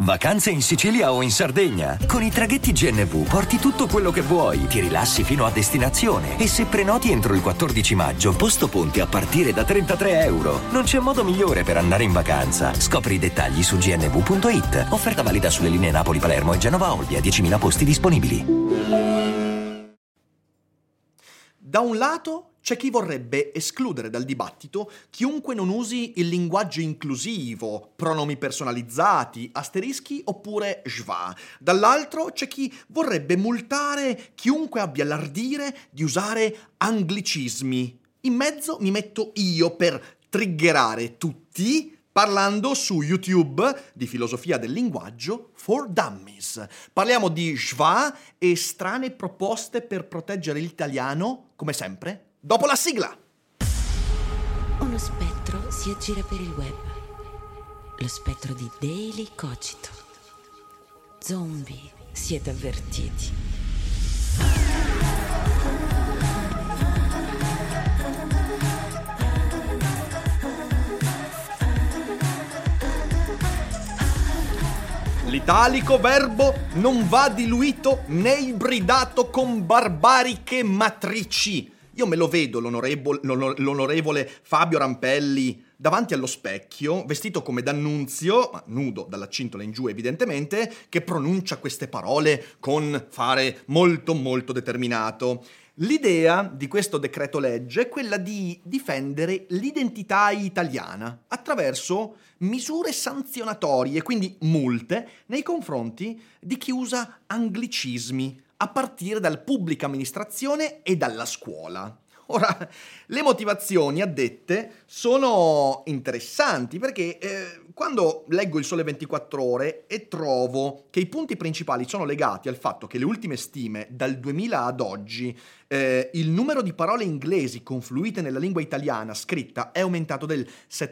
Vacanze in Sicilia o in Sardegna? Con i traghetti GNV porti tutto quello che vuoi, ti rilassi fino a destinazione e se prenoti entro il 14 maggio, posto ponti a partire da €33. Non c'è modo migliore per andare in vacanza. Scopri i dettagli su gnv.it. Offerta valida sulle linee Napoli-Palermo e Genova-Olbia, 10.000 posti disponibili. Da un lato c'è chi vorrebbe escludere dal dibattito chiunque non usi il linguaggio inclusivo, pronomi personalizzati, asterischi oppure schwa. Dall'altro c'è chi vorrebbe multare chiunque abbia l'ardire di usare anglicismi. In mezzo mi metto io per triggerare tutti parlando su YouTube di filosofia del linguaggio for Dummies. Parliamo di schwa e strane proposte per proteggere l'italiano, come sempre, dopo la sigla. Uno spettro si aggira per il web. Lo spettro di Daily Cogito. Zombie, siete avvertiti. L'italico verbo non va diluito né ibridato con barbariche matrici. Io me lo vedo l'onorevole Fabio Rampelli davanti allo specchio, vestito come D'Annunzio, ma nudo dalla cintola in giù evidentemente, che pronuncia queste parole con fare molto molto determinato. L'idea di questo decreto legge è quella di difendere l'identità italiana attraverso misure sanzionatorie, quindi multe, nei confronti di chi usa anglicismi, a partire dalla pubblica amministrazione e dalla scuola. Ora, le motivazioni addette sono interessanti perché quando leggo il Sole 24 Ore e trovo che i punti principali sono legati al fatto che le ultime stime dal 2000 ad oggi il numero di parole inglesi confluite nella lingua italiana scritta è aumentato del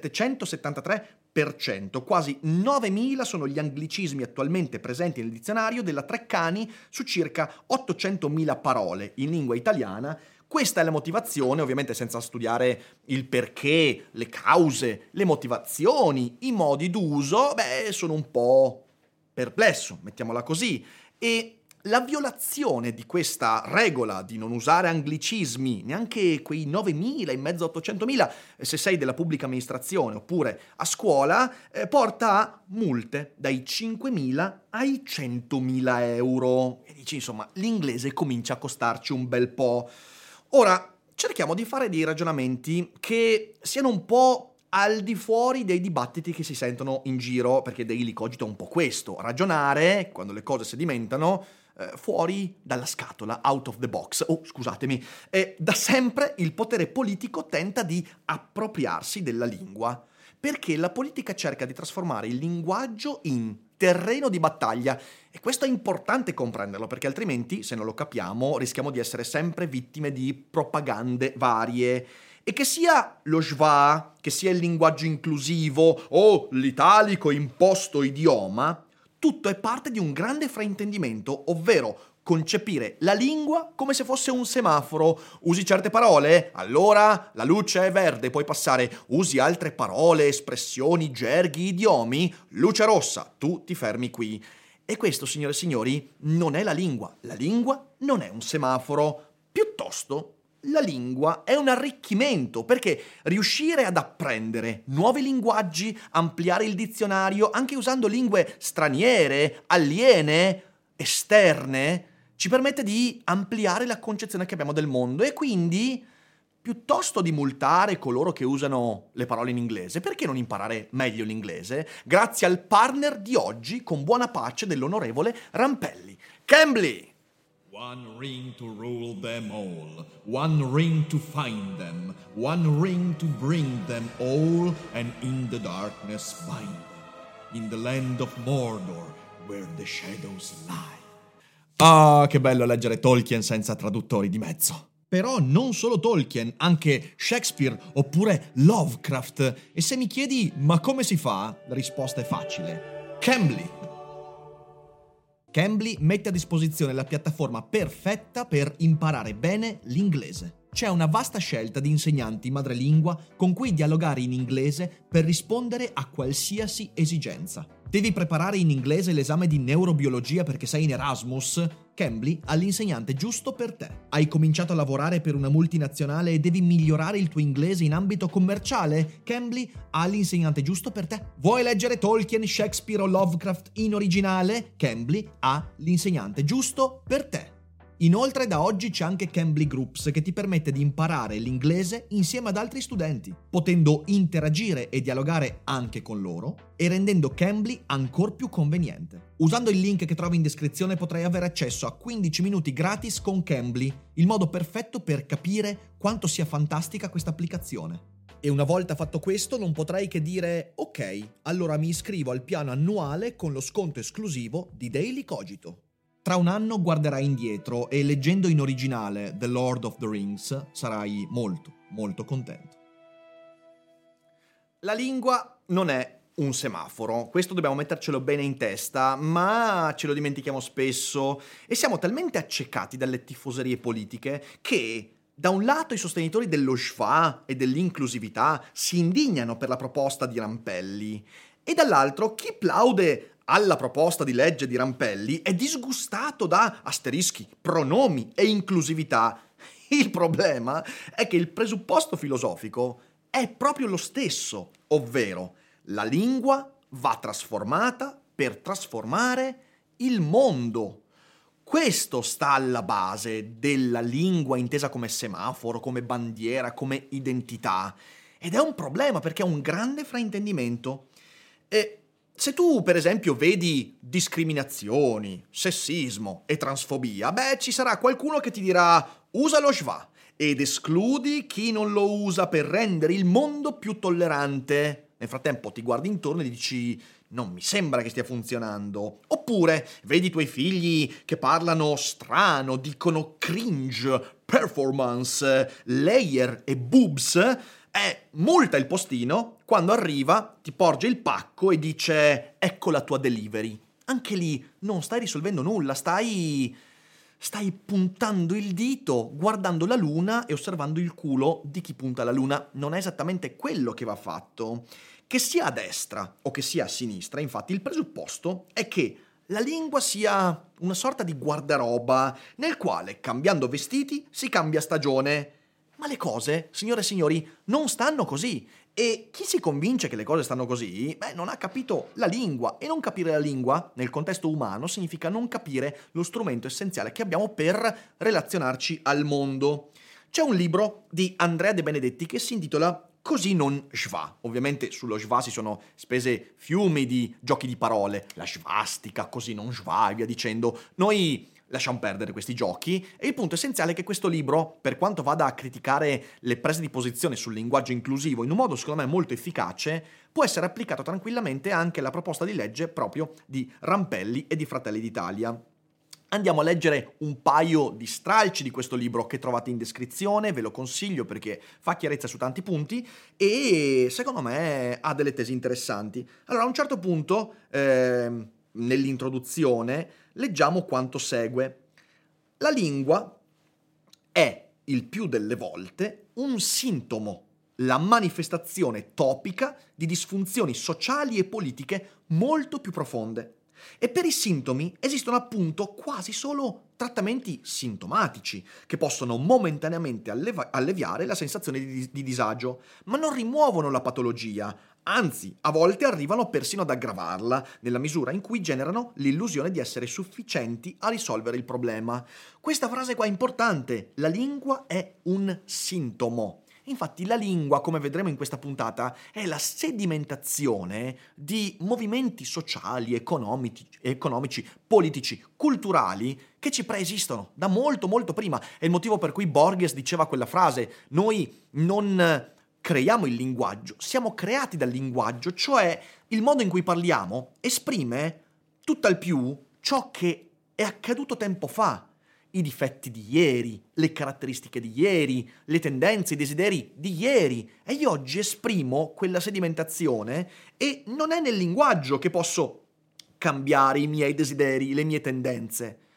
773%, quasi 9.000 sono gli anglicismi attualmente presenti nel dizionario della Treccani su circa 800.000 parole in lingua italiana. Questa è la motivazione, ovviamente senza studiare il perché, le cause, le motivazioni, i modi d'uso, sono un po' perplesso, mettiamola così. E la violazione di questa regola di non usare anglicismi, neanche quei 9.000 in mezzo a 800.000, se sei della pubblica amministrazione oppure a scuola, porta a multe dai 5.000 ai 100.000 euro. E dici, insomma, l'inglese comincia a costarci un bel po'. Ora, cerchiamo di fare dei ragionamenti che siano un po' al di fuori dei dibattiti che si sentono in giro, perché Daily Cogito è un po' questo, ragionare, quando le cose sedimentano, fuori dalla scatola, out of the box. Oh, scusatemi. Da sempre il potere politico tenta di appropriarsi della lingua, perché la politica cerca di trasformare il linguaggio in terreno di battaglia e questo è importante comprenderlo perché altrimenti, se non lo capiamo, rischiamo di essere sempre vittime di propagande varie. E che sia lo schwa, che sia il linguaggio inclusivo o l'italico imposto idioma, tutto è parte di un grande fraintendimento, ovvero concepire la lingua come se fosse un semaforo. Usi certe parole? Allora la luce è verde, puoi passare. Usi altre parole, espressioni, gerghi, idiomi? Luce rossa, tu ti fermi qui. E questo, signore e signori, non è la lingua. La lingua non è un semaforo. Piuttosto, la lingua è un arricchimento, perché riuscire ad apprendere nuovi linguaggi, ampliare il dizionario, anche usando lingue straniere, aliene, esterne, ci permette di ampliare la concezione che abbiamo del mondo e quindi, piuttosto di multare coloro che usano le parole in inglese, perché non imparare meglio l'inglese? Grazie al partner di oggi, con buona pace dell'onorevole Rampelli. Cambly! One ring to rule them all, one ring to find them, one ring to bring them all, and in the darkness bind them, in the land of Mordor, where the shadows lie. Ah, che bello leggere Tolkien senza traduttori di mezzo. Però non solo Tolkien, anche Shakespeare oppure Lovecraft. E se mi chiedi ma come si fa? La risposta è facile. Cambly. Cambly mette a disposizione la piattaforma perfetta per imparare bene l'inglese. C'è una vasta scelta di insegnanti madrelingua con cui dialogare in inglese per rispondere a qualsiasi esigenza. Devi preparare in inglese l'esame di neurobiologia perché sei in Erasmus? Cambly ha l'insegnante giusto per te. Hai cominciato a lavorare per una multinazionale e devi migliorare il tuo inglese in ambito commerciale? Cambly ha l'insegnante giusto per te. Vuoi leggere Tolkien, Shakespeare o Lovecraft in originale? Cambly ha l'insegnante giusto per te. Inoltre da oggi c'è anche Cambly Groups che ti permette di imparare l'inglese insieme ad altri studenti, potendo interagire e dialogare anche con loro e rendendo Cambly ancora più conveniente. Usando il link che trovi in descrizione potrai avere accesso a 15 minuti gratis con Cambly, il modo perfetto per capire quanto sia fantastica questa applicazione. E una volta fatto questo non potrai che dire ok, allora mi iscrivo al piano annuale con lo sconto esclusivo di Daily Cogito. Tra un anno guarderai indietro e leggendo in originale The Lord of the Rings sarai molto, molto contento. La lingua non è un semaforo, questo dobbiamo mettercelo bene in testa, ma ce lo dimentichiamo spesso e siamo talmente accecati dalle tifoserie politiche che da un lato i sostenitori dello schwa e dell'inclusività si indignano per la proposta di Rampelli e dall'altro chi plaude alla proposta di legge di Rampelli è disgustato da asterischi, pronomi e inclusività. Il problema è che il presupposto filosofico è proprio lo stesso, ovvero la lingua va trasformata per trasformare il mondo. Questo sta alla base della lingua intesa come semaforo, come bandiera, come identità. Ed è un problema perché è un grande fraintendimento. E se tu, per esempio, vedi discriminazioni, sessismo e transfobia, ci sarà qualcuno che ti dirà usa lo schwa ed escludi chi non lo usa per rendere il mondo più tollerante. Nel frattempo ti guardi intorno e dici non mi sembra che stia funzionando. Oppure vedi i tuoi figli che parlano strano, dicono cringe, performance, layer e boobs. Multa il postino, quando arriva ti porge il pacco e dice ecco la tua delivery. Anche lì non stai risolvendo nulla, stai puntando il dito, guardando la luna e osservando il culo di chi punta la luna. Non è esattamente quello che va fatto. Che sia a destra o che sia a sinistra, infatti il presupposto è che la lingua sia una sorta di guardaroba nel quale, cambiando vestiti, si cambia stagione. Ma le cose, signore e signori, non stanno così. E chi si convince che le cose stanno così, non ha capito la lingua. E non capire la lingua, nel contesto umano, significa non capire lo strumento essenziale che abbiamo per relazionarci al mondo. C'è un libro di Andrea De Benedetti che si intitola Così non schwa. Ovviamente sullo schwa si sono spese fiumi di giochi di parole. La svastica, così non schwa, e via dicendo. Noi lasciamo perdere questi giochi e il punto essenziale è che questo libro, per quanto vada a criticare le prese di posizione sul linguaggio inclusivo in un modo secondo me molto efficace, può essere applicato tranquillamente anche alla proposta di legge proprio di Rampelli e di Fratelli d'Italia. Andiamo a leggere un paio di stralci di questo libro che trovate in descrizione, ve lo consiglio perché fa chiarezza su tanti punti e secondo me ha delle tesi interessanti. Allora, a un certo punto, nell'introduzione, leggiamo quanto segue. La lingua è, il più delle volte, un sintomo, la manifestazione topica di disfunzioni sociali e politiche molto più profonde. E per i sintomi esistono appunto quasi solo trattamenti sintomatici che possono momentaneamente alleviare la sensazione di disagio, ma non rimuovono la patologia, anzi a volte arrivano persino ad aggravarla nella misura in cui generano l'illusione di essere sufficienti a risolvere il problema. Questa frase qua è importante, la lingua è un sintomo. Infatti la lingua, come vedremo in questa puntata, è la sedimentazione di movimenti sociali, economici, politici, culturali che ci preesistono da molto molto prima. È il motivo per cui Borges diceva quella frase: noi non creiamo il linguaggio, siamo creati dal linguaggio, cioè il modo in cui parliamo esprime tutt'al più ciò che è accaduto tempo fa. I difetti di ieri, le caratteristiche di ieri, le tendenze, i desideri di ieri. E io oggi esprimo quella sedimentazione e non è nel linguaggio che posso cambiare i miei desideri, le mie tendenze,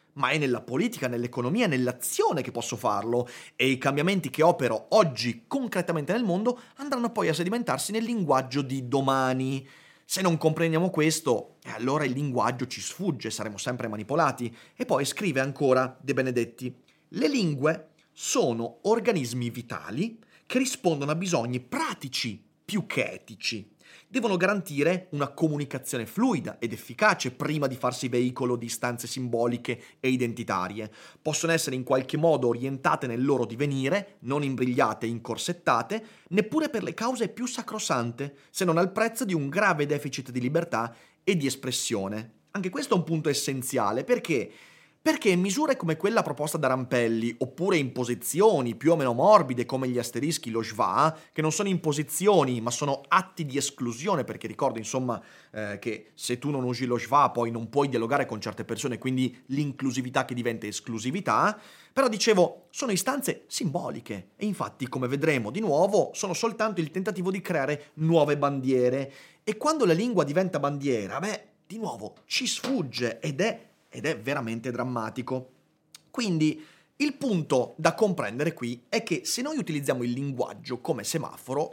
ma è nella politica, nell'economia, nell'azione che posso farlo, e i cambiamenti che opero oggi concretamente nel mondo andranno poi a sedimentarsi nel linguaggio di domani. Se non comprendiamo questo, allora il linguaggio ci sfugge, saremo sempre manipolati. E poi scrive ancora De Benedetti: le lingue sono organismi vitali che rispondono a bisogni pratici più che etici. Devono garantire una comunicazione fluida ed efficace prima di farsi veicolo di istanze simboliche e identitarie. Possono essere in qualche modo orientate nel loro divenire, non imbrigliate e incorsettate, neppure per le cause più sacrosante, se non al prezzo di un grave deficit di libertà e di espressione. Anche questo è un punto essenziale, perché misure come quella proposta da Rampelli, oppure imposizioni più o meno morbide come gli asterischi, lo schwa, che non sono imposizioni ma sono atti di esclusione, perché ricordo insomma che se tu non usi lo schwa poi non puoi dialogare con certe persone, quindi l'inclusività che diventa esclusività, però dicevo, sono istanze simboliche e infatti, come vedremo di nuovo, sono soltanto il tentativo di creare nuove bandiere, e quando la lingua diventa bandiera, di nuovo ci sfugge ed è veramente drammatico. Quindi il punto da comprendere qui è che se noi utilizziamo il linguaggio come semaforo,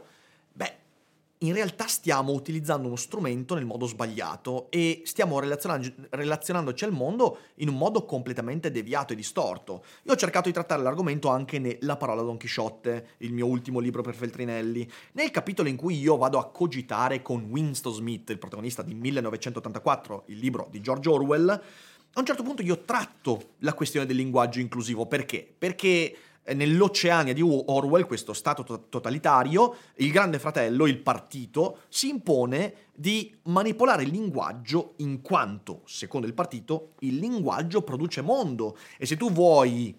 in realtà stiamo utilizzando uno strumento nel modo sbagliato e stiamo relazionandoci al mondo in un modo completamente deviato e distorto. Io ho cercato di trattare l'argomento anche nella parola Don Chisciotte, il mio ultimo libro per Feltrinelli, nel capitolo in cui io vado a cogitare con Winston Smith, il protagonista di 1984, il libro di George Orwell. A un certo punto io tratto la questione del linguaggio inclusivo. Perché? Perché nell'Oceania di Orwell, questo stato totalitario, il Grande Fratello, il partito, si impone di manipolare il linguaggio in quanto, secondo il partito, il linguaggio produce mondo. E se tu vuoi,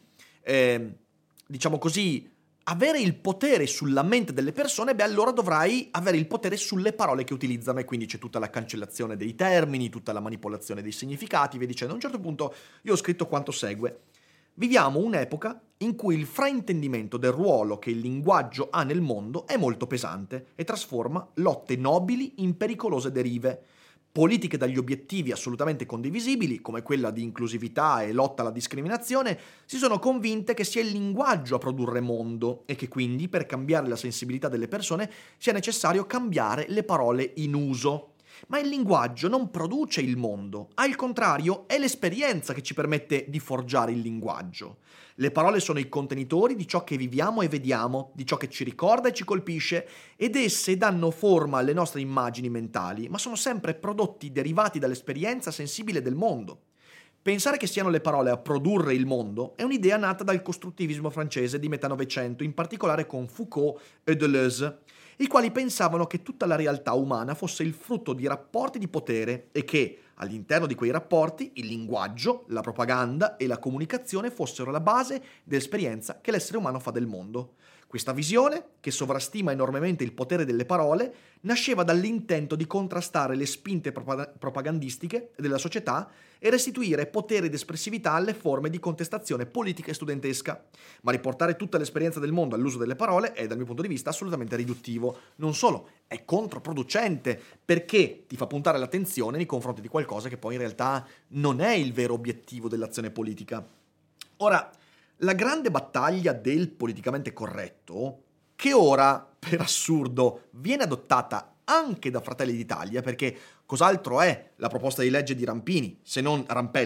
diciamo così, avere il potere sulla mente delle persone, allora dovrai avere il potere sulle parole che utilizzano, e quindi c'è tutta la cancellazione dei termini, tutta la manipolazione dei significati, via dicendo. A un certo punto io ho scritto quanto segue: viviamo un'epoca in cui il fraintendimento del ruolo che il linguaggio ha nel mondo è molto pesante e trasforma lotte nobili in pericolose derive. Politiche dagli obiettivi assolutamente condivisibili, come quella di inclusività e lotta alla discriminazione, si sono convinte che sia il linguaggio a produrre mondo e che quindi per cambiare la sensibilità delle persone sia necessario cambiare le parole in uso. Ma il linguaggio non produce il mondo, al contrario è l'esperienza che ci permette di forgiare il linguaggio. Le parole sono i contenitori di ciò che viviamo e vediamo, di ciò che ci ricorda e ci colpisce, ed esse danno forma alle nostre immagini mentali, ma sono sempre prodotti derivati dall'esperienza sensibile del mondo. Pensare che siano le parole a produrre il mondo è un'idea nata dal costruttivismo francese di metà Novecento, in particolare con Foucault e Deleuze, i quali pensavano che tutta la realtà umana fosse il frutto di rapporti di potere e che, all'interno di quei rapporti, il linguaggio, la propaganda e la comunicazione fossero la base dell'esperienza che l'essere umano fa del mondo. Questa visione, che sovrastima enormemente il potere delle parole, nasceva dall'intento di contrastare le spinte propagandistiche della società e restituire potere ed espressività alle forme di contestazione politica e studentesca. Ma riportare tutta l'esperienza del mondo all'uso delle parole è, dal mio punto di vista, assolutamente riduttivo. Non solo, è controproducente, perché ti fa puntare l'attenzione nei confronti di qualcosa che poi in realtà non è il vero obiettivo dell'azione politica. Ora, la grande battaglia del politicamente corretto, che ora, per assurdo, viene adottata anche da Fratelli d'Italia, perché cos'altro è la proposta di legge di Rampelli, se non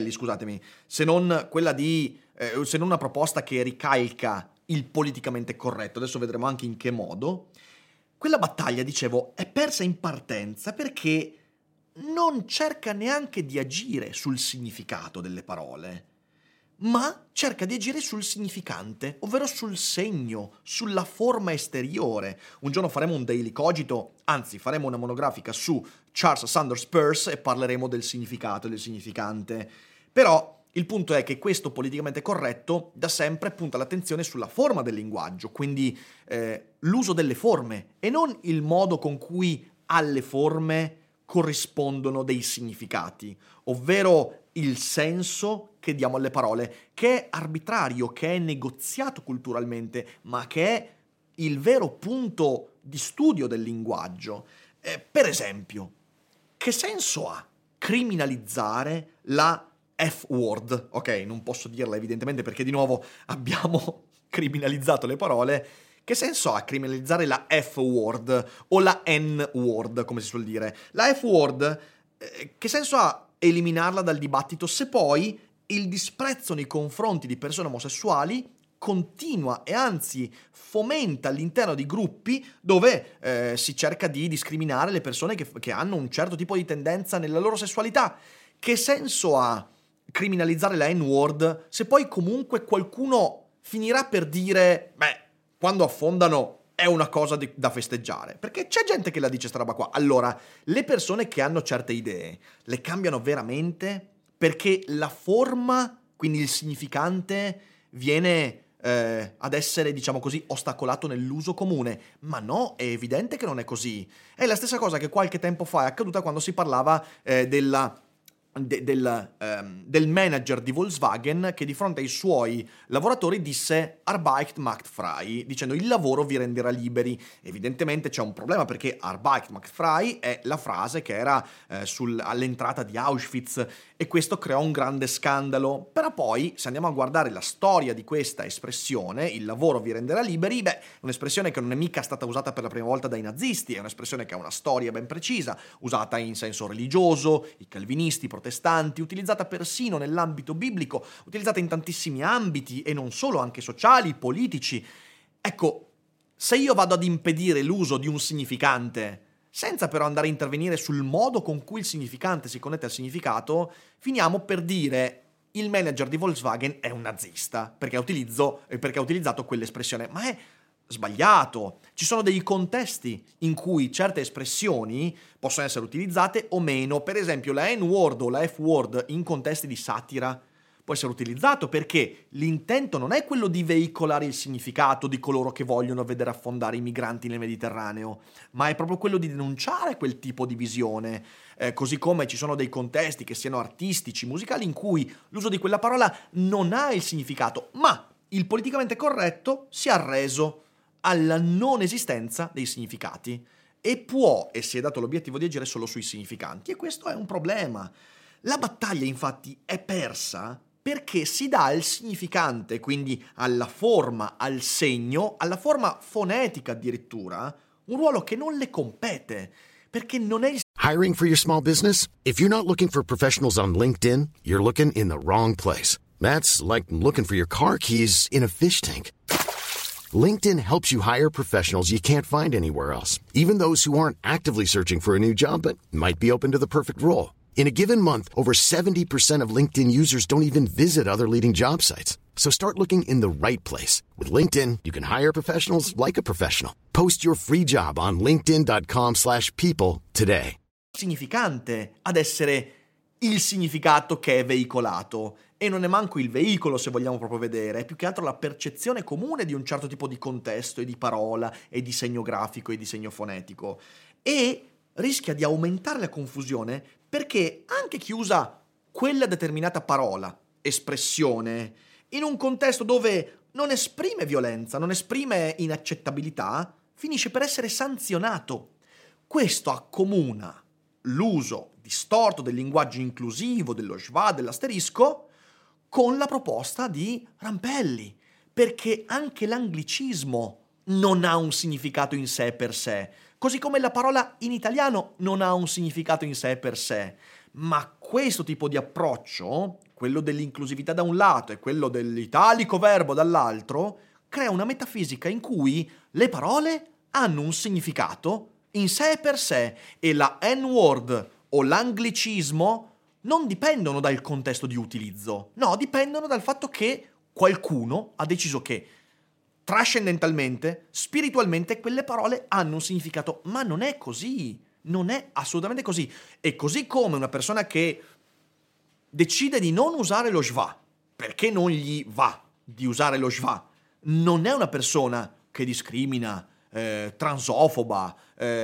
quella se non una proposta che ricalca il politicamente corretto. Adesso vedremo anche in che modo. Quella battaglia, dicevo, è persa in partenza perché non cerca neanche di agire sul significato delle parole, ma cerca di agire sul significante, ovvero sul segno, sulla forma esteriore. Un giorno faremo un Daily Cogito, anzi faremo una monografica su Charles Sanders Peirce e parleremo del significato e del significante. Però il punto è che questo politicamente corretto da sempre punta l'attenzione sulla forma del linguaggio, quindi l'uso delle forme e non il modo con cui alle forme corrispondono dei significati, ovvero il senso che diamo alle parole, che è arbitrario, che è negoziato culturalmente, ma che è il vero punto di studio del linguaggio. Per esempio, che senso ha criminalizzare la F-word, ok, non posso dirla evidentemente perché di nuovo abbiamo criminalizzato le parole. Che senso ha criminalizzare la F-word o la N-word, come si suol dire? La F-word, che senso ha eliminarla dal dibattito se poi il disprezzo nei confronti di persone omosessuali continua e anzi fomenta all'interno di gruppi dove si cerca di discriminare le persone che hanno un certo tipo di tendenza nella loro sessualità? Che senso ha criminalizzare la N-word se poi comunque qualcuno finirà per dire beh, quando affondano è una cosa da festeggiare? Perché c'è gente che la dice sta roba qua. Allora, le persone che hanno certe idee le cambiano veramente perché la forma, quindi il significante, viene ad essere, diciamo così, ostacolato nell'uso comune. Ma no, è evidente che non è così. È la stessa cosa che qualche tempo fa è accaduta quando si parlava del manager di Volkswagen che di fronte ai suoi lavoratori disse Arbeit macht frei, dicendo il lavoro vi renderà liberi. Evidentemente c'è un problema perché Arbeit macht frei è la frase che era all'entrata di Auschwitz e questo creò un grande scandalo. Però poi, se andiamo a guardare la storia di questa espressione, il lavoro vi renderà liberi, beh, un'espressione che non è mica stata usata per la prima volta dai nazisti, è un'espressione che ha una storia ben precisa, usata in senso religioso, i calvinisti, i protestanti, utilizzata persino nell'ambito biblico, utilizzata in tantissimi ambiti e non solo, anche sociali, politici. Ecco, se io vado ad impedire l'uso di un significante senza però andare a intervenire sul modo con cui il significante si connette al significato, finiamo per dire il manager di Volkswagen è un nazista perché ha utilizzato quell'espressione. Ma è sbagliato. Ci sono dei contesti in cui certe espressioni possono essere utilizzate o meno. Per esempio la N-word o la F-word in contesti di satira può essere utilizzato perché l'intento non è quello di veicolare il significato di coloro che vogliono vedere affondare i migranti nel Mediterraneo, ma è proprio quello di denunciare quel tipo di visione. Così come ci sono dei contesti, che siano artistici, musicali, in cui l'uso di quella parola non ha il significato, ma il politicamente corretto si è arreso alla non esistenza dei significati e si è dato l'obiettivo di agire solo sui significanti, e questo è un problema. La battaglia infatti è persa perché si dà al significante, quindi alla forma, al segno, alla forma fonetica addirittura, un ruolo che non le compete, perché non è il... Hiring for your small business? If you're not looking for professionals on LinkedIn, you're looking in the wrong place. That's like looking for your car keys in a fish tank. LinkedIn helps you hire professionals you can't find anywhere else, even those who aren't actively searching for a new job but might be open to the perfect role. In a given month, over 70% of LinkedIn users don't even visit other leading job sites. So start looking in the right place. With LinkedIn, you can hire professionals like a professional. Post your free job on linkedin.com/people today. Significante ad essere il significato che è veicolato. E non è manco il veicolo, se vogliamo proprio vedere, è più che altro la percezione comune di un certo tipo di contesto e di parola e di segno grafico e di segno fonetico. E rischia di aumentare la confusione perché anche chi usa quella determinata parola, espressione, in un contesto dove non esprime violenza, non esprime inaccettabilità, finisce per essere sanzionato. Questo accomuna l'uso distorto del linguaggio inclusivo, dello schwa, dell'asterisco, con la proposta di Rampelli, perché anche l'anglicismo non ha un significato in sé per sé, così come la parola in italiano non ha un significato in sé per sé, ma questo tipo di approccio, quello dell'inclusività da un lato e quello dell'italico verbo dall'altro, crea una metafisica in cui le parole hanno un significato in sé per sé e la N-word o l'anglicismo non dipendono dal contesto di utilizzo, no, dipendono dal fatto che qualcuno ha deciso che trascendentalmente, spiritualmente, quelle parole hanno un significato, ma non è così, non è assolutamente così. E così come una persona che decide di non usare lo schwa, perché non gli va di usare lo schwa, non è una persona che discrimina, transofoba,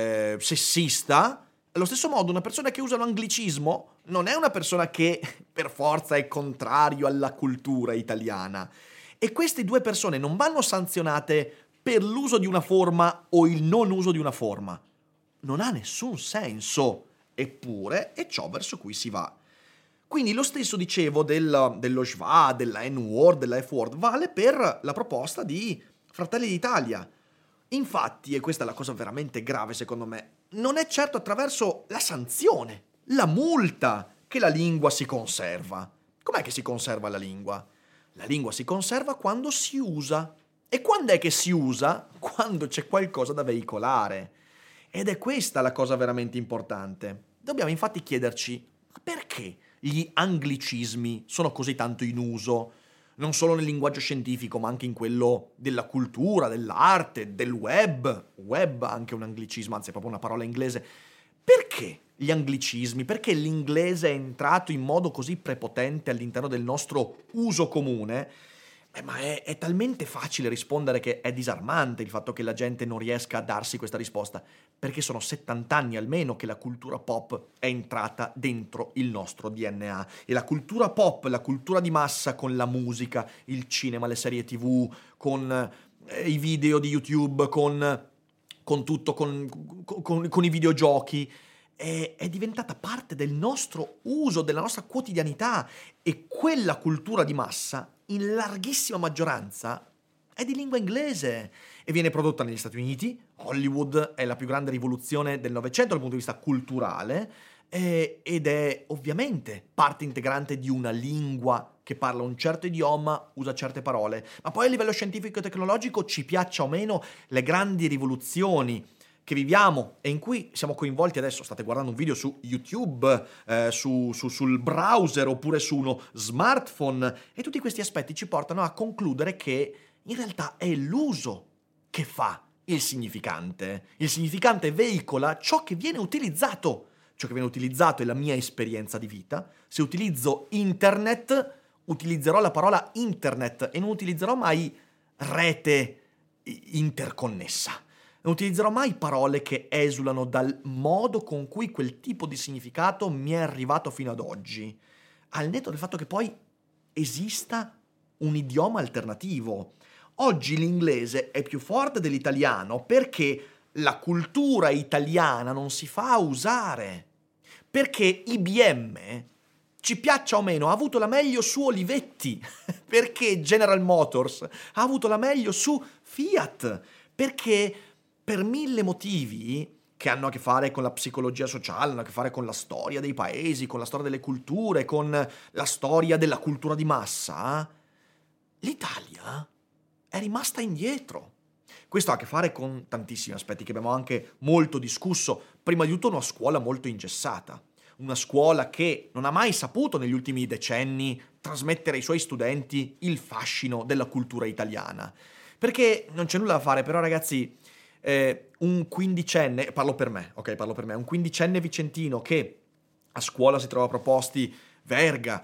sessista. Allo stesso modo, una persona che usa l'anglicismo non è una persona che per forza è contrario alla cultura italiana. E queste due persone non vanno sanzionate per l'uso di una forma o il non uso di una forma. Non ha nessun senso. Eppure è ciò verso cui si va. Quindi lo stesso dicevo dello schwa, della N-word, della F-word, vale per la proposta di Fratelli d'Italia. Infatti, e questa è la cosa veramente grave secondo me, non è certo attraverso la sanzione, la multa, che la lingua si conserva. Com'è che si conserva la lingua? La lingua si conserva quando si usa. E quando è che si usa? Quando c'è qualcosa da veicolare. Ed è questa la cosa veramente importante. Dobbiamo infatti chiederci, ma perché gli anglicismi sono così tanto in uso? Non solo nel linguaggio scientifico, ma anche in quello della cultura, dell'arte, del web. Web, anche un anglicismo, anzi è proprio una parola inglese. Perché gli anglicismi? Perché l'inglese è entrato in modo così prepotente all'interno del nostro uso comune? Ma è talmente facile rispondere che è disarmante il fatto che la gente non riesca a darsi questa risposta, perché sono 70 anni almeno che la cultura pop è entrata dentro il nostro DNA. E la cultura pop, la cultura di massa con la musica, il cinema, le serie TV, con i video di YouTube, con tutto, con i videogiochi, è diventata parte del nostro uso, della nostra quotidianità, e quella cultura di massa, in larghissima maggioranza, è di lingua inglese e viene prodotta negli Stati Uniti. Hollywood è la più grande rivoluzione del Novecento dal punto di vista culturale ed è ovviamente parte integrante di una lingua che parla un certo idioma, usa certe parole. Ma poi a livello scientifico e tecnologico, ci piaccia o meno, le grandi rivoluzioni che viviamo e in cui siamo coinvolti adesso, state guardando un video su YouTube, sul browser oppure su uno smartphone, e tutti questi aspetti ci portano a concludere che in realtà è l'uso che fa il significante. Il significante veicola ciò che viene utilizzato. Ciò che viene utilizzato è la mia esperienza di vita. Se utilizzo internet, utilizzerò la parola internet e non utilizzerò mai rete interconnessa. Non utilizzerò mai parole che esulano dal modo con cui quel tipo di significato mi è arrivato fino ad oggi, al netto del fatto che poi esista un idioma alternativo. Oggi l'inglese è più forte dell'italiano perché la cultura italiana non si fa usare, perché IBM, ci piaccia o meno, ha avuto la meglio su Olivetti, perché General Motors ha avuto la meglio su Fiat, perché per 1000 motivi che hanno a che fare con la psicologia sociale, hanno a che fare con la storia dei paesi, con la storia delle culture, con la storia della cultura di massa, l'Italia è rimasta indietro. Questo ha a che fare con tantissimi aspetti che abbiamo anche molto discusso. Prima di tutto una scuola molto ingessata, una scuola che non ha mai saputo negli ultimi decenni trasmettere ai suoi studenti il fascino della cultura italiana. Perché non c'è nulla da fare, però ragazzi, un quindicenne, parlo per me, un quindicenne vicentino che a scuola si trova proposti Verga,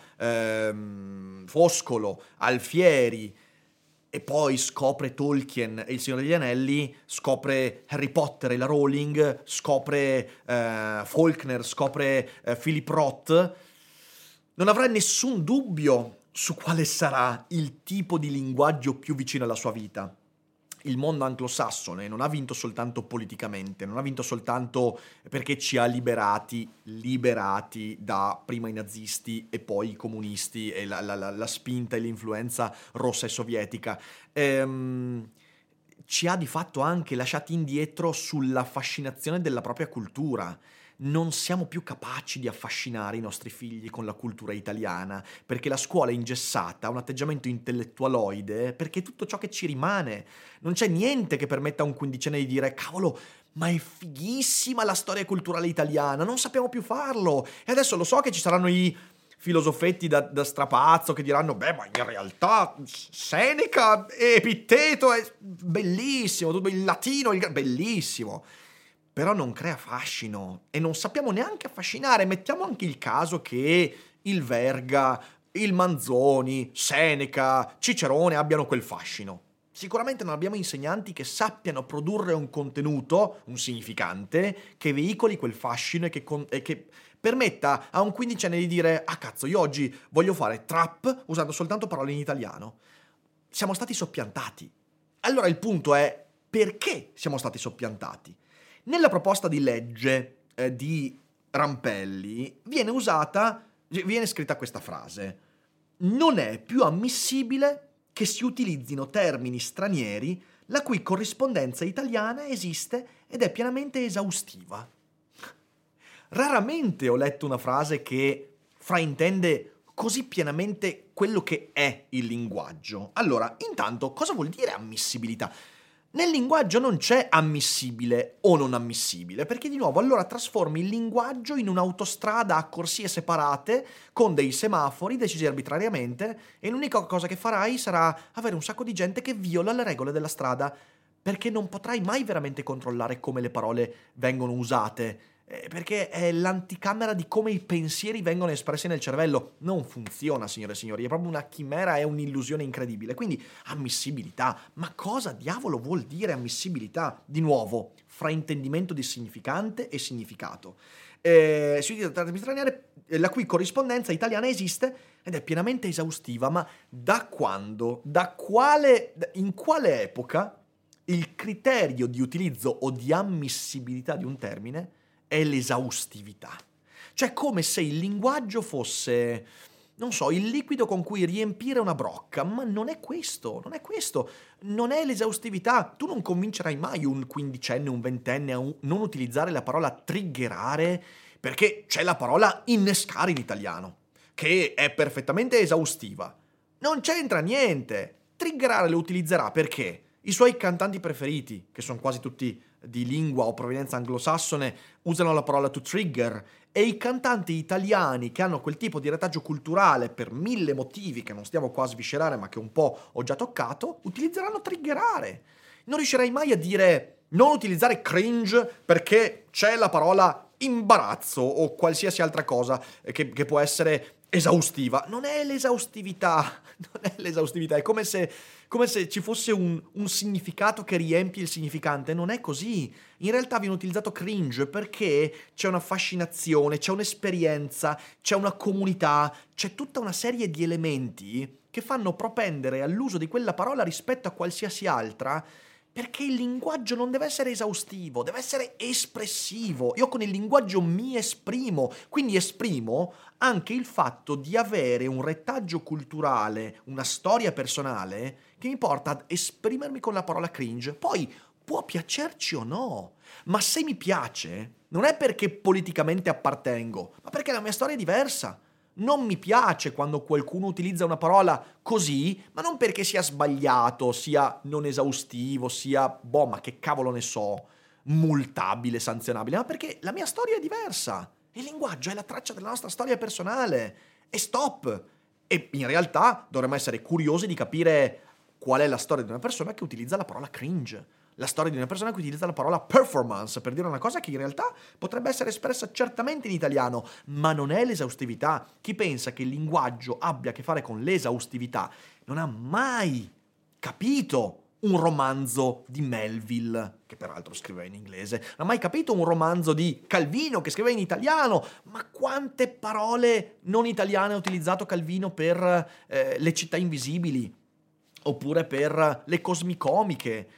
Foscolo, Alfieri, e poi scopre Tolkien e il Signore degli Anelli, scopre Harry Potter e la Rowling, scopre Faulkner, scopre Philip Roth, non avrà nessun dubbio su quale sarà il tipo di linguaggio più vicino alla sua vita. Il mondo anglosassone non ha vinto soltanto politicamente, non ha vinto soltanto perché ci ha liberati da prima i nazisti e poi i comunisti e la spinta e l'influenza rossa e sovietica. Ci ha di fatto anche lasciati indietro sulla fascinazione della propria cultura. Non siamo più capaci di affascinare i nostri figli con la cultura italiana, perché la scuola è ingessata, ha un atteggiamento intellettualoide, perché tutto ciò che ci rimane. Non c'è niente che permetta a un quindicenne di dire «Cavolo, ma è fighissima la storia culturale italiana, non sappiamo più farlo!» E adesso lo so che ci saranno i filosofetti da strapazzo che diranno «Beh, ma in realtà Seneca e Epitteto è bellissimo, tutto il latino, bellissimo!» Però non crea fascino e non sappiamo neanche affascinare. Mettiamo anche il caso che il Verga, il Manzoni, Seneca, Cicerone abbiano quel fascino. Sicuramente non abbiamo insegnanti che sappiano produrre un contenuto, un significante, che veicoli quel fascino e che permetta a un quindicenne di dire «Ah cazzo, io oggi voglio fare trap usando soltanto parole in italiano». Siamo stati soppiantati. Allora il punto è perché siamo stati soppiantati? Nella proposta di legge di Rampelli viene usata Viene scritta questa frase: non è più ammissibile che si utilizzino termini stranieri la cui corrispondenza italiana esiste ed è pienamente esaustiva. Raramente ho letto una frase che fraintende così pienamente quello che è il linguaggio. Allora, intanto, cosa vuol dire ammissibilità? Nel linguaggio non c'è ammissibile o non ammissibile, perché di nuovo allora trasformi il linguaggio in un'autostrada a corsie separate con dei semafori decisi arbitrariamente e l'unica cosa che farai sarà avere un sacco di gente che viola le regole della strada, perché non potrai mai veramente controllare come le parole vengono usate, perché è l'anticamera di come i pensieri vengono espressi nel cervello. Non funziona, signore e signori, è proprio una chimera, è un'illusione incredibble. Quindi ammissibilità, ma cosa diavolo vuol dire ammissibilità? Di nuovo, fraintendimento di significante e significato. Si utilizza termini stranieri la cui corrispondenza italiana esiste ed è pienamente esaustiva, ma da quando? In quale epoca il criterio di utilizzo o di ammissibilità di un termine è l'esaustività? Cioè, come se il linguaggio fosse, non so, il liquido con cui riempire una brocca, ma non è questo, non è l'esaustività. Tu non convincerai mai un quindicenne, un ventenne a non utilizzare la parola triggerare, perché c'è la parola innescare in italiano, che è perfettamente esaustiva. Non c'entra niente. Triggerare lo utilizzerà perché i suoi cantanti preferiti, che sono quasi tutti di lingua o provenienza anglosassone, usano la parola to trigger, e i cantanti italiani che hanno quel tipo di retaggio culturale per 1000 motivi che non stiamo qua a sviscerare ma che un po' ho già toccato, utilizzeranno triggerare. Non riuscirei mai a dire non utilizzare cringe perché c'è la parola imbarazzo o qualsiasi altra cosa che può essere esaustiva. Non è l'esaustività, è come se ci fosse un significato che riempie il significante. Non è così. In realtà viene utilizzato cringe perché c'è una fascinazione, c'è un'esperienza, c'è una comunità, c'è tutta una serie di elementi che fanno propendere all'uso di quella parola rispetto a qualsiasi altra, perché il linguaggio non deve essere esaustivo, deve essere espressivo. Io con il linguaggio mi esprimo, quindi esprimo anche il fatto di avere un retaggio culturale, una storia personale che mi porta ad esprimermi con la parola cringe. Poi può piacerci o no, ma se mi piace non è perché politicamente appartengo, ma perché la mia storia è diversa. Non mi piace quando qualcuno utilizza una parola così, ma non perché sia sbagliato, sia non esaustivo, sia, ma che cavolo ne so, multabile, sanzionabile, ma perché la mia storia è diversa. Il linguaggio è la traccia della nostra storia personale. E stop! E in realtà dovremmo essere curiosi di capire qual è la storia di una persona che utilizza la parola cringe. La storia di una persona che utilizza la parola performance per dire una cosa che in realtà potrebbe essere espressa certamente in italiano, ma non è l'esaustività. Chi pensa che il linguaggio abbia a che fare con l'esaustività non ha mai capito un romanzo di Melville, che peraltro scriveva in inglese, non ha mai capito un romanzo di Calvino, che scriveva in italiano. Ma quante parole non italiane ha utilizzato Calvino per le città invisibili, oppure per le cosmicomiche.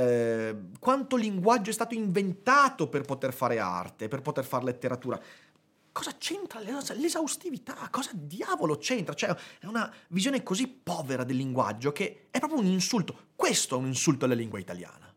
Quanto linguaggio è stato inventato per poter fare arte, per poter fare letteratura. Cosa c'entra l'esaustività? Cosa diavolo c'entra? Cioè, è una visione così povera del linguaggio che è proprio un insulto. Questo è un insulto alla lingua italiana.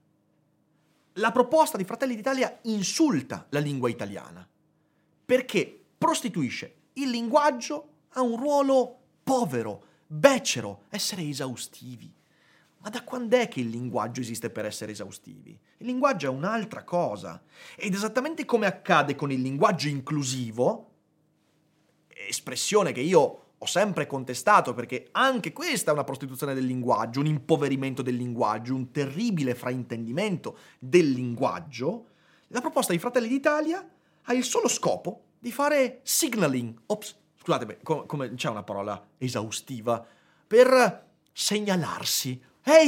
La proposta di Fratelli d'Italia insulta la lingua italiana perché prostituisce il linguaggio a un ruolo povero, becero, essere esaustivi. Ma da quando è che il linguaggio esiste per essere esaustivi? Il linguaggio è un'altra cosa. Ed esattamente come accade con il linguaggio inclusivo, espressione che io ho sempre contestato perché anche questa è una prostituzione del linguaggio, un impoverimento del linguaggio, un terribile fraintendimento del linguaggio, la proposta di Fratelli d'Italia ha il solo scopo di fare signaling. Scusate, come c'è una parola esaustiva? Per segnalarsi.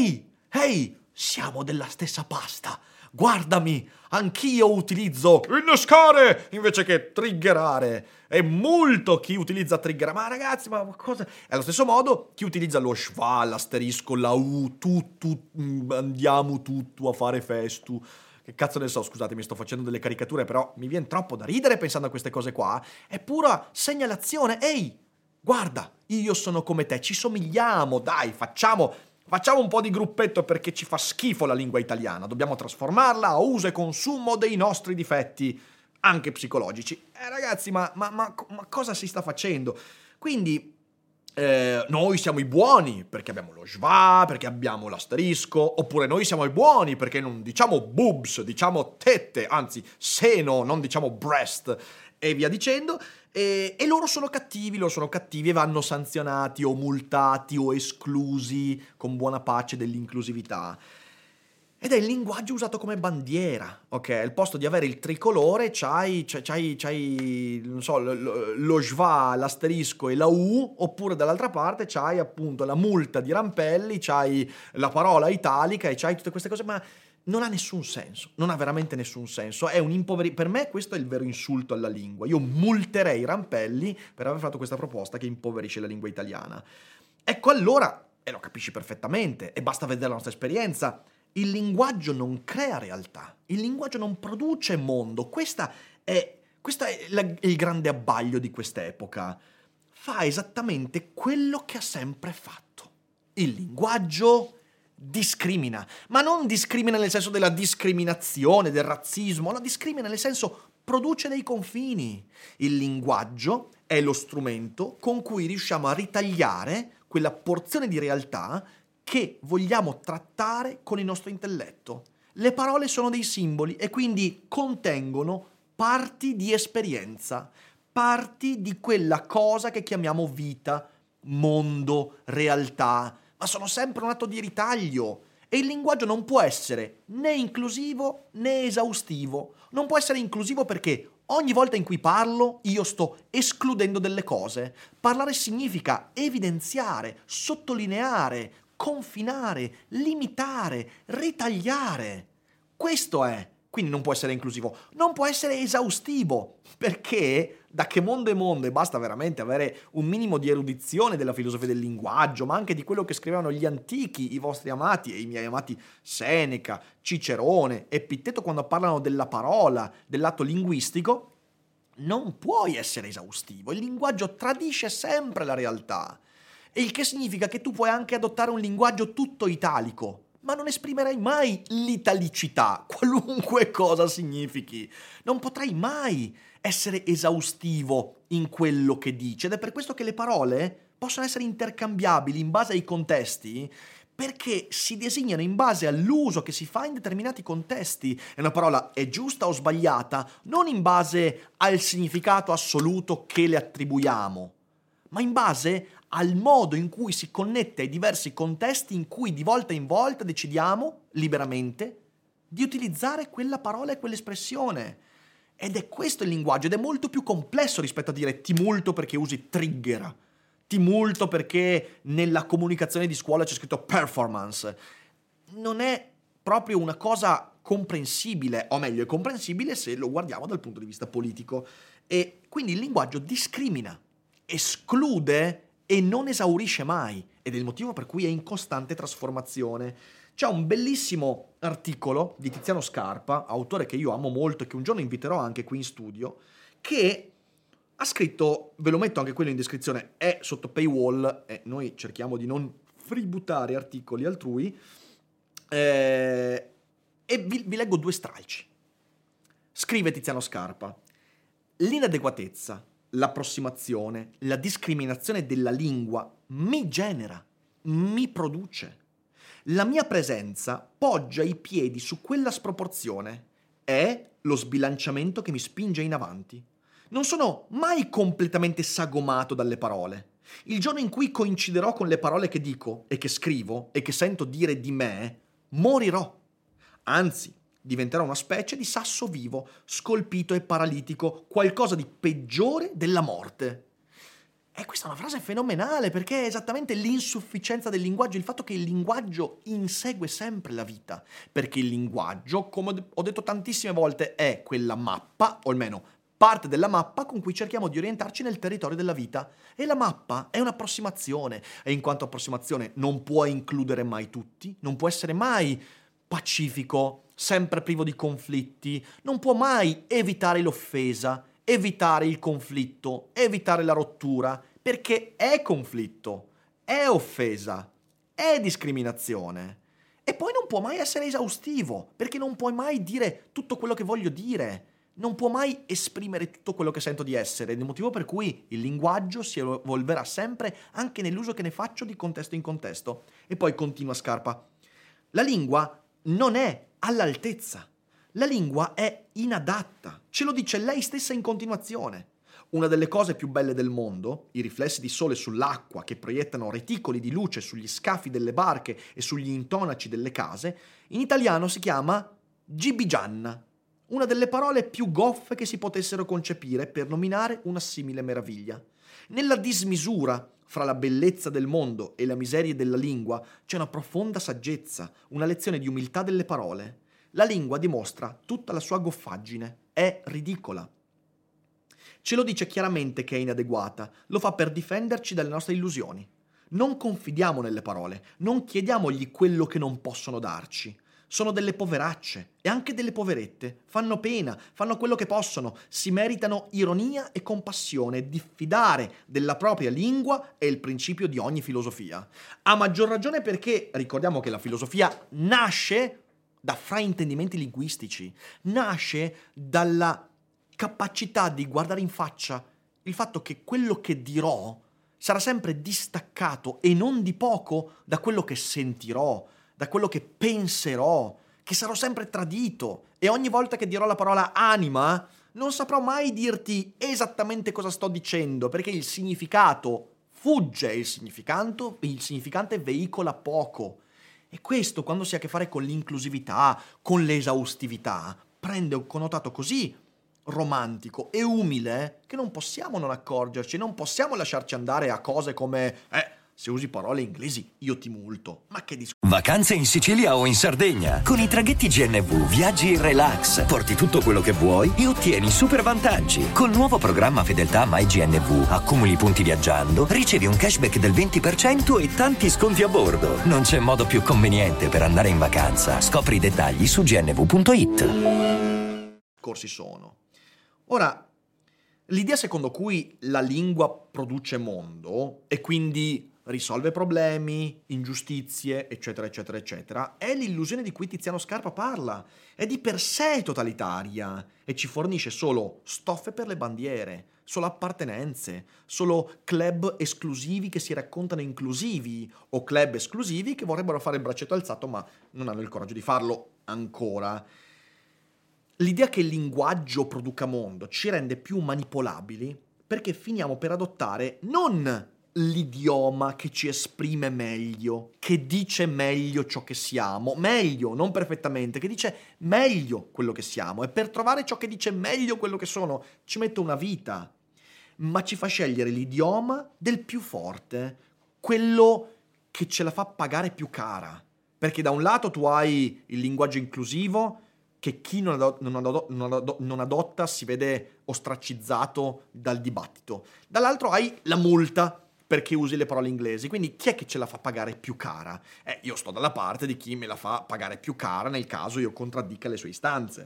Ehi, siamo della stessa pasta. Guardami, anch'io utilizzo innescare invece che triggerare. È molto chi utilizza triggerare. Ma ragazzi, ma cosa? È allo stesso modo chi utilizza lo schwa, l'asterisco, la u, andiamo tutto a fare festu. che cazzo ne so, scusate, mi sto facendo delle caricature, però mi viene troppo da ridere pensando a queste cose qua, è pura segnalazione. Ehi, guarda, io sono come te, ci somigliamo, dai, facciamo un po' di gruppetto perché ci fa schifo la lingua italiana, dobbiamo trasformarla a uso e consumo dei nostri difetti, anche psicologici. Ragazzi, ma cosa si sta facendo? Quindi noi siamo i buoni perché abbiamo lo schwa, perché abbiamo l'asterisco, oppure noi siamo i buoni perché non diciamo boobs, diciamo tette, anzi seno, non diciamo breast, e via dicendo. E loro sono cattivi e vanno sanzionati o multati o esclusi con buona pace dell'inclusività. Ed è il linguaggio usato come bandiera, ok? Al posto di avere il tricolore c'hai non so, lo schwa, l'asterisco e la U, oppure dall'altra parte c'hai appunto la multa di Rampelli, c'hai la parola italica e c'hai tutte queste cose, ma non ha nessun senso, non ha veramente nessun senso. È un per me questo è il vero insulto alla lingua. Io multerei Rampelli per aver fatto questa proposta che impoverisce la lingua italiana. Ecco allora, e lo capisci perfettamente, e basta vedere la nostra esperienza, il linguaggio non crea realtà, il linguaggio non produce mondo. Questo è il grande abbaglio di quest'epoca. Fa esattamente quello che ha sempre fatto. Il linguaggio discrimina, ma non discrimina nel senso della discriminazione, del razzismo, no, discrimina nel senso produce dei confini. Il linguaggio è lo strumento con cui riusciamo a ritagliare quella porzione di realtà che vogliamo trattare con il nostro intelletto. Le parole sono dei simboli e quindi contengono parti di esperienza, parti di quella cosa che chiamiamo vita, mondo, realtà, ma sono sempre un atto di ritaglio. E il linguaggio non può essere né inclusivo né esaustivo. Non può essere inclusivo perché ogni volta in cui parlo io sto escludendo delle cose. Parlare significa evidenziare, sottolineare, confinare, limitare, ritagliare. Questo è. Quindi non può essere inclusivo, non può essere esaustivo, perché da che mondo è mondo, e basta veramente avere un minimo di erudizione della filosofia del linguaggio, ma anche di quello che scrivevano gli antichi, i vostri amati e i miei amati Seneca, Cicerone, Epitteto, quando parlano della parola, dell'atto linguistico, non puoi essere esaustivo. Il linguaggio tradisce sempre la realtà. E il che significa che tu puoi anche adottare un linguaggio tutto italico, ma non esprimerai mai l'italicità, qualunque cosa significhi. Non potrai mai essere esaustivo in quello che dici. Ed è per questo che le parole possono essere intercambiabili in base ai contesti, perché si designano in base all'uso che si fa in determinati contesti. E una parola è giusta o sbagliata non in base al significato assoluto che le attribuiamo, ma in base al modo in cui si connette ai diversi contesti in cui di volta in volta decidiamo liberamente di utilizzare quella parola e quell'espressione. Ed è questo il linguaggio, ed è molto più complesso rispetto a dire ti multo perché usi trigger, ti multo perché nella comunicazione di scuola c'è scritto performance. Non è proprio una cosa comprensibile, o meglio, è comprensibile se lo guardiamo dal punto di vista politico. E quindi il linguaggio discrimina, esclude e non esaurisce mai, ed è il motivo per cui è in costante trasformazione. C'è un bellissimo articolo di Tiziano Scarpa, autore che io amo molto e che un giorno inviterò anche qui in studio, che ha scritto, ve lo metto anche quello in descrizione, è sotto paywall e noi cerchiamo di non fributtare articoli altrui, e vi leggo 2 stralci. Scrive Tiziano Scarpa: l'inadeguatezza, l'approssimazione, la discriminazione della lingua mi genera, mi produce. La mia presenza poggia i piedi su quella sproporzione. È lo sbilanciamento che mi spinge in avanti. Non sono mai completamente sagomato dalle parole. Il giorno in cui coinciderò con le parole che dico e che scrivo e che sento dire di me, morirò. Anzi, diventerà una specie di sasso vivo, scolpito e paralitico, qualcosa di peggiore della morte. E questa è una frase fenomenale, perché è esattamente l'insufficienza del linguaggio, il fatto che il linguaggio insegue sempre la vita. Perché il linguaggio, come ho detto tantissime volte, è quella mappa, o almeno parte della mappa con cui cerchiamo di orientarci nel territorio della vita. E la mappa è un'approssimazione, e in quanto approssimazione non può includere mai tutti, non può essere mai pacifico, sempre privo di conflitti, non può mai evitare l'offesa, evitare il conflitto, evitare la rottura, perché è conflitto, è offesa, è discriminazione. E poi non può mai essere esaustivo, perché non puoi mai dire tutto quello che voglio dire, non può mai esprimere tutto quello che sento di essere, ed è il motivo per cui il linguaggio si evolverà sempre anche nell'uso che ne faccio di contesto in contesto. E poi continua Scarpa. La lingua non è all'altezza, la lingua è inadatta, ce lo dice lei stessa in continuazione. Una delle cose più belle del mondo, i riflessi di sole sull'acqua che proiettano reticoli di luce sugli scafi delle barche e sugli intonaci delle case, in italiano si chiama gibigianna, una delle parole più goffe che si potessero concepire per nominare una simile meraviglia. Nella dismisura fra la bellezza del mondo e la miseria della lingua c'è una profonda saggezza, una lezione di umiltà delle parole. La lingua dimostra tutta la sua goffaggine, è ridicola. Ce lo dice chiaramente che è inadeguata, lo fa per difenderci dalle nostre illusioni. Non confidiamo nelle parole, non chiediamogli quello che non possono darci. Sono delle poveracce e anche delle poverette, fanno pena, fanno quello che possono, si meritano ironia e compassione. Diffidare della propria lingua è il principio di ogni filosofia. A maggior ragione perché ricordiamo che la filosofia nasce da fraintendimenti linguistici, nasce dalla capacità di guardare in faccia il fatto che quello che dirò sarà sempre distaccato e non di poco da quello che sentirò, da quello che penserò, che sarò sempre tradito, e ogni volta che dirò la parola anima non saprò mai dirti esattamente cosa sto dicendo, perché il significato fugge, il significante veicola poco. E questo, quando si ha a che fare con l'inclusività, con l'esaustività, prende un connotato così romantico e umile che non possiamo non accorgerci, non possiamo lasciarci andare a cose come se usi parole inglesi io ti multo. Ma che Vacanze in Sicilia o in Sardegna. Con i traghetti GNV viaggi in relax, porti tutto quello che vuoi e ottieni super vantaggi. Col nuovo programma Fedeltà MyGNV accumuli punti viaggiando, ricevi un cashback del 20% e tanti sconti a bordo. Non c'è modo più conveniente per andare in vacanza. Scopri i dettagli su gnv.it. Corsi sono. Ora, l'idea secondo cui la lingua produce mondo e quindi risolve problemi, ingiustizie, eccetera, eccetera, eccetera, è l'illusione di cui Tiziano Scarpa parla. È di per sé totalitaria e ci fornisce solo stoffe per le bandiere, solo appartenenze, solo club esclusivi che si raccontano inclusivi o club esclusivi che vorrebbero fare il braccetto alzato ma non hanno il coraggio di farlo ancora. L'idea che il linguaggio produca mondo ci rende più manipolabili perché finiamo per adottare non l'idioma che ci esprime meglio, che dice meglio ciò che siamo, meglio, non perfettamente, che dice meglio quello che siamo, e per trovare ciò che dice meglio quello che sono ci metto una vita, ma ci fa scegliere l'idioma del più forte, quello che ce la fa pagare più cara, perché da un lato tu hai il linguaggio inclusivo che chi non adotta si vede ostracizzato dal dibattito, dall'altro hai la multa perché usi le parole inglesi, quindi chi è che ce la fa pagare più cara? Io sto dalla parte di chi me la fa pagare più cara nel caso io contraddica le sue istanze.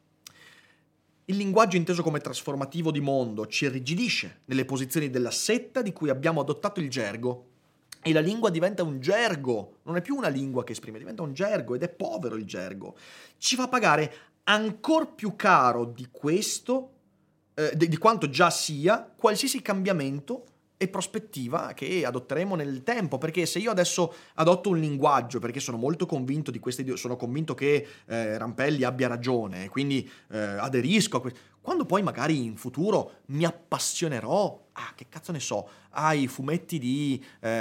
Il linguaggio inteso come trasformativo di mondo ci irrigidisce nelle posizioni della setta di cui abbiamo adottato il gergo, e la lingua diventa un gergo, non è più una lingua che esprime, diventa un gergo, ed è povero il gergo. Ci fa pagare ancor più caro di questo, di quanto già sia, qualsiasi cambiamento e prospettiva che adotteremo nel tempo, perché se io adesso adotto un linguaggio perché sono molto convinto di queste idee, sono convinto che Rampelli abbia ragione, quindi aderisco a questo, quando poi magari in futuro mi appassionerò che cazzo ne so, ai fumetti di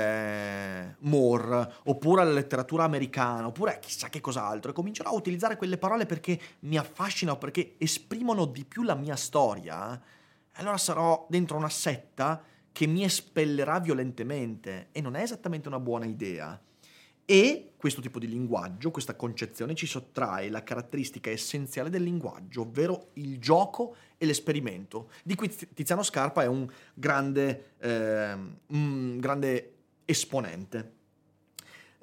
Moore, oppure alla letteratura americana, oppure chissà che cos'altro, e comincerò a utilizzare quelle parole perché mi affascinano, perché esprimono di più la mia storia, allora sarò dentro una setta che mi espellerà violentemente, e non è esattamente una buona idea. E questo tipo di linguaggio, questa concezione, ci sottrae la caratteristica essenziale del linguaggio, ovvero il gioco e l'esperimento, di cui Tiziano Scarpa è un grande esponente.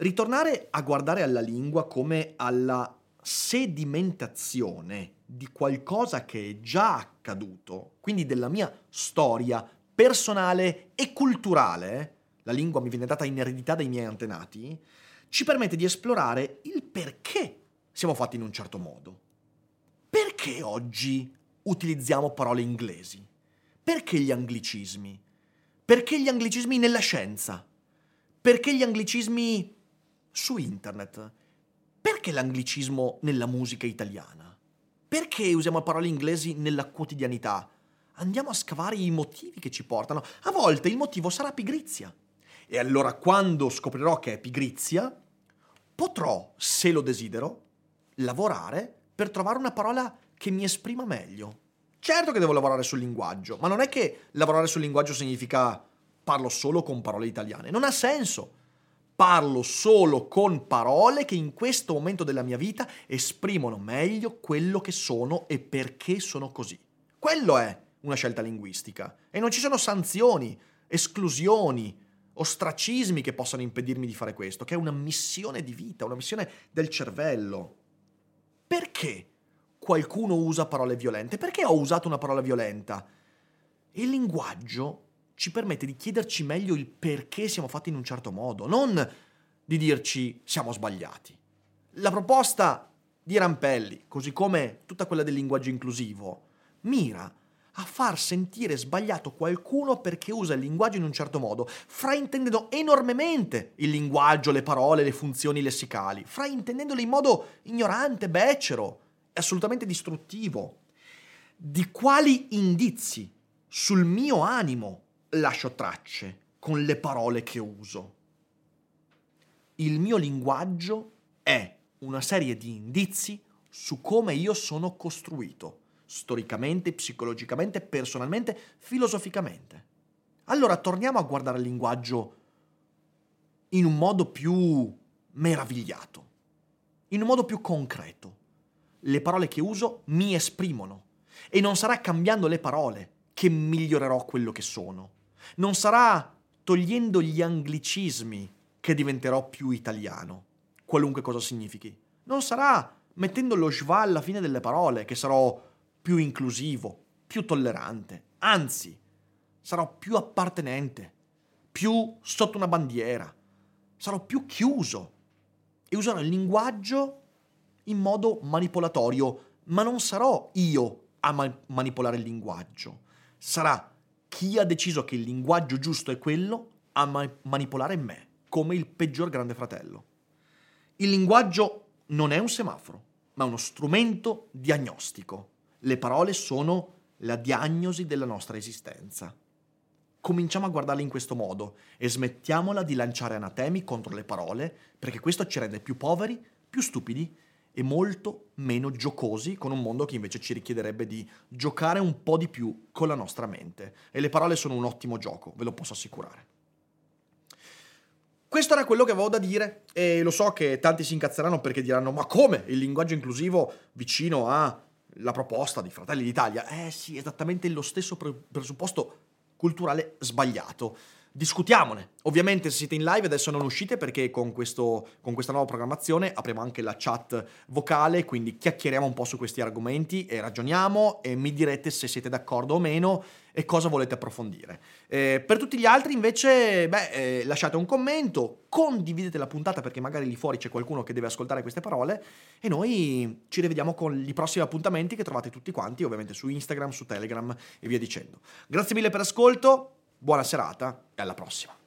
Ritornare a guardare alla lingua come alla sedimentazione di qualcosa che è già accaduto, quindi della mia storia personale e culturale, la lingua mi viene data in eredità dai miei antenati, ci permette di esplorare il perché siamo fatti in un certo modo. Perché oggi utilizziamo parole inglesi? Perché gli anglicismi? Perché gli anglicismi nella scienza? Perché gli anglicismi su internet? Perché l'anglicismo nella musica italiana? Perché usiamo parole inglesi nella quotidianità? Andiamo a scavare i motivi che ci portano. A volte il motivo sarà pigrizia. E allora quando scoprirò che è pigrizia, potrò, se lo desidero, lavorare per trovare una parola che mi esprima meglio. Certo che devo lavorare sul linguaggio, ma non è che lavorare sul linguaggio significa parlo solo con parole italiane. Non ha senso. Parlo solo con parole che in questo momento della mia vita esprimono meglio quello che sono e perché sono così. Quello è una scelta linguistica. E non ci sono sanzioni, esclusioni, ostracismi che possano impedirmi di fare questo, che è una missione di vita, una missione del cervello. Perché qualcuno usa parole violente? Perché ho usato una parola violenta? Il linguaggio ci permette di chiederci meglio il perché siamo fatti in un certo modo, non di dirci siamo sbagliati. La proposta di Rampelli, così come tutta quella del linguaggio inclusivo, mira a far sentire sbagliato qualcuno perché usa il linguaggio in un certo modo, fraintendendo enormemente il linguaggio, le parole, le funzioni lessicali, fraintendendole in modo ignorante, becero, assolutamente distruttivo. Di quali indizi sul mio animo lascio tracce con le parole che uso? Il mio linguaggio è una serie di indizi su come io sono costruito, storicamente, psicologicamente, personalmente, filosoficamente. Allora torniamo a guardare il linguaggio in un modo più meravigliato, in un modo più concreto. Le parole che uso mi esprimono e non sarà cambiando le parole che migliorerò quello che sono. Non sarà togliendo gli anglicismi che diventerò più italiano, qualunque cosa significhi. Non sarà mettendo lo schwa alla fine delle parole che sarò più inclusivo, più tollerante. Anzi, sarò più appartenente, più sotto una bandiera. Sarò più chiuso e userò il linguaggio in modo manipolatorio, ma non sarò io a manipolare il linguaggio. Sarà chi ha deciso che il linguaggio giusto è quello a manipolare me, come il peggior grande fratello. Il linguaggio non è un semaforo, ma uno strumento diagnostico. Le parole sono la diagnosi della nostra esistenza. Cominciamo a guardarle in questo modo e smettiamola di lanciare anatemi contro le parole, perché questo ci rende più poveri, più stupidi e molto meno giocosi con un mondo che invece ci richiederebbe di giocare un po' di più con la nostra mente. E le parole sono un ottimo gioco, ve lo posso assicurare. Questo era quello che avevo da dire e lo so che tanti si incazzeranno perché diranno ma come? Il linguaggio inclusivo vicino alla proposta di Fratelli d'Italia? Sì, esattamente lo stesso presupposto culturale sbagliato. Discutiamone. Ovviamente se siete in live adesso non uscite perché con questa nuova programmazione apriamo anche la chat vocale, quindi chiacchieriamo un po' su questi argomenti e ragioniamo e mi direte se siete d'accordo o meno e cosa volete approfondire. Per tutti gli altri invece lasciate un commento, condividete la puntata perché magari lì fuori c'è qualcuno che deve ascoltare queste parole e noi ci rivediamo con i prossimi appuntamenti che trovate tutti quanti ovviamente su Instagram, su Telegram e via dicendo. Grazie mille per l'ascolto. Buona serata e alla prossima.